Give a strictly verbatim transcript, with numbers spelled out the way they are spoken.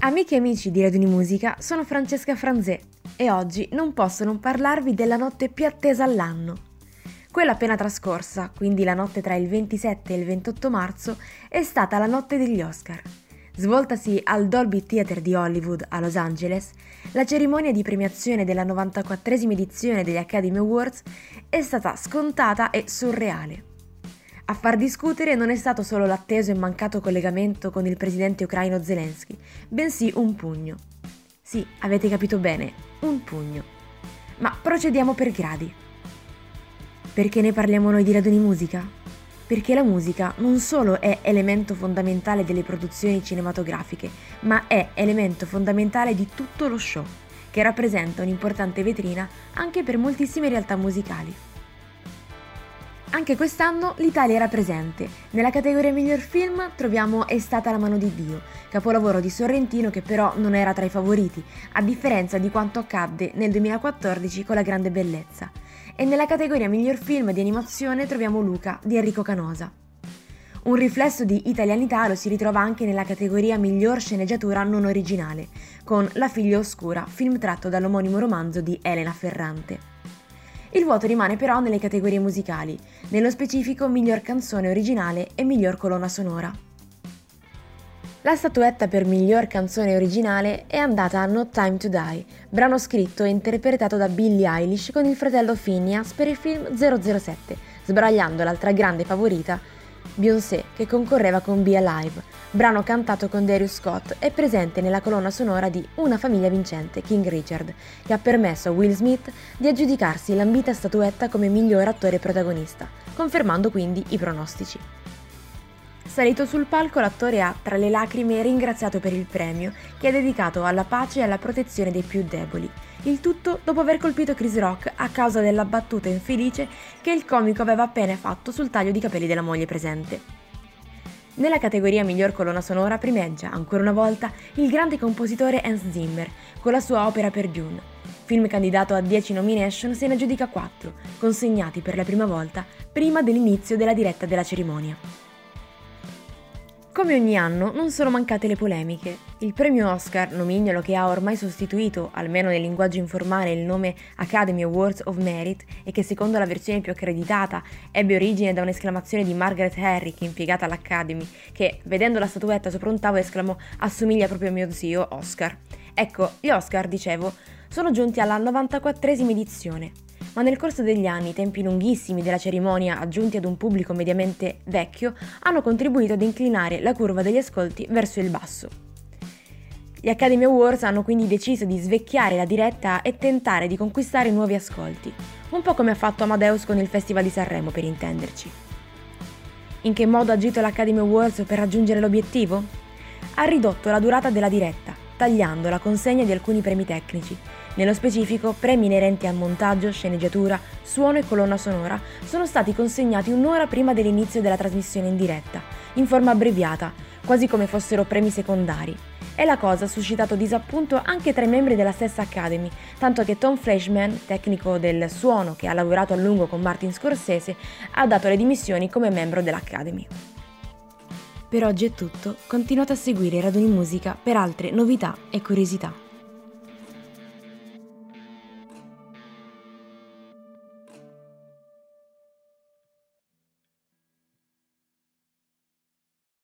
Amiche e amici di Raduni Musica, sono Francesca Franzè e oggi non posso non parlarvi della notte più attesa all'anno. Quella appena trascorsa, quindi la notte tra il ventisette e il ventotto marzo, è stata la notte degli Oscar. Svoltasi al Dolby Theatre di Hollywood a Los Angeles, la cerimonia di premiazione della novantaquattresima edizione degli Academy Awards è stata scontata e surreale. A far discutere non è stato solo l'atteso e mancato collegamento con il presidente ucraino Zelensky, bensì un pugno. Sì, avete capito bene, un pugno. Ma procediamo per gradi. Perché ne parliamo noi di Raduni Musica? Perché la musica non solo è elemento fondamentale delle produzioni cinematografiche, ma è elemento fondamentale di tutto lo show, che rappresenta un'importante vetrina anche per moltissime realtà musicali. Anche quest'anno l'Italia era presente. Nella categoria miglior film troviamo È stata la mano di Dio, capolavoro di Sorrentino che però non era tra i favoriti, a differenza di quanto accadde nel duemilaquattordici con La grande bellezza. E nella categoria miglior film di animazione troviamo Luca di Enrico Canosa. Un riflesso di italianità lo si ritrova anche nella categoria miglior sceneggiatura non originale, con La figlia oscura, film tratto dall'omonimo romanzo di Elena Ferrante. Il voto rimane però nelle categorie musicali, nello specifico miglior canzone originale e miglior colonna sonora. La statuetta per miglior canzone originale è andata a No Time to Die, brano scritto e interpretato da Billie Eilish con il fratello Phineas per il film zero zero sette, sbaragliando l'altra grande favorita, Beyoncé, che concorreva con Be Alive, brano cantato con Darius Scott e presente nella colonna sonora di Una famiglia vincente, King Richard, che ha permesso a Will Smith di aggiudicarsi l'ambita statuetta come miglior attore protagonista, confermando quindi i pronostici. Salito sul palco, l'attore ha, tra le lacrime, ringraziato per il premio, che è dedicato alla pace e alla protezione dei più deboli. Il tutto dopo aver colpito Chris Rock a causa della battuta infelice che il comico aveva appena fatto sul taglio di capelli della moglie presente. Nella categoria miglior colonna sonora primeggia, ancora una volta, il grande compositore Hans Zimmer, con la sua opera per Dune. Film candidato a dieci nomination se ne aggiudica quattro, consegnati per la prima volta prima dell'inizio della diretta della cerimonia. Come ogni anno non sono mancate le polemiche. Il premio Oscar, nomignolo che ha ormai sostituito, almeno nel linguaggio informale, il nome Academy Awards of Merit e che secondo la versione più accreditata ebbe origine da un'esclamazione di Margaret Herrick, impiegata all'Academy, che, vedendo la statuetta sopra un tavolo, esclamò «Assomiglia proprio a mio zio, Oscar». Ecco, gli Oscar, dicevo, sono giunti alla novantaquattresima edizione. Ma nel corso degli anni, i tempi lunghissimi della cerimonia, aggiunti ad un pubblico mediamente vecchio, hanno contribuito ad inclinare la curva degli ascolti verso il basso. Gli Academy Awards hanno quindi deciso di svecchiare la diretta e tentare di conquistare nuovi ascolti, un po' come ha fatto Amadeus con il Festival di Sanremo, per intenderci. In che modo ha agito l'Academy Awards per raggiungere l'obiettivo? Ha ridotto la durata della diretta, tagliando la consegna di alcuni premi tecnici. Nello specifico, premi inerenti a montaggio, sceneggiatura, suono e colonna sonora sono stati consegnati un'ora prima dell'inizio della trasmissione in diretta, in forma abbreviata, quasi come fossero premi secondari. E la cosa ha suscitato disappunto anche tra i membri della stessa Academy, tanto che Tom Fleischman, tecnico del suono che ha lavorato a lungo con Martin Scorsese, ha dato le dimissioni come membro dell'Academy. Per oggi è tutto, continuate a seguire Raduni Musica per altre novità e curiosità.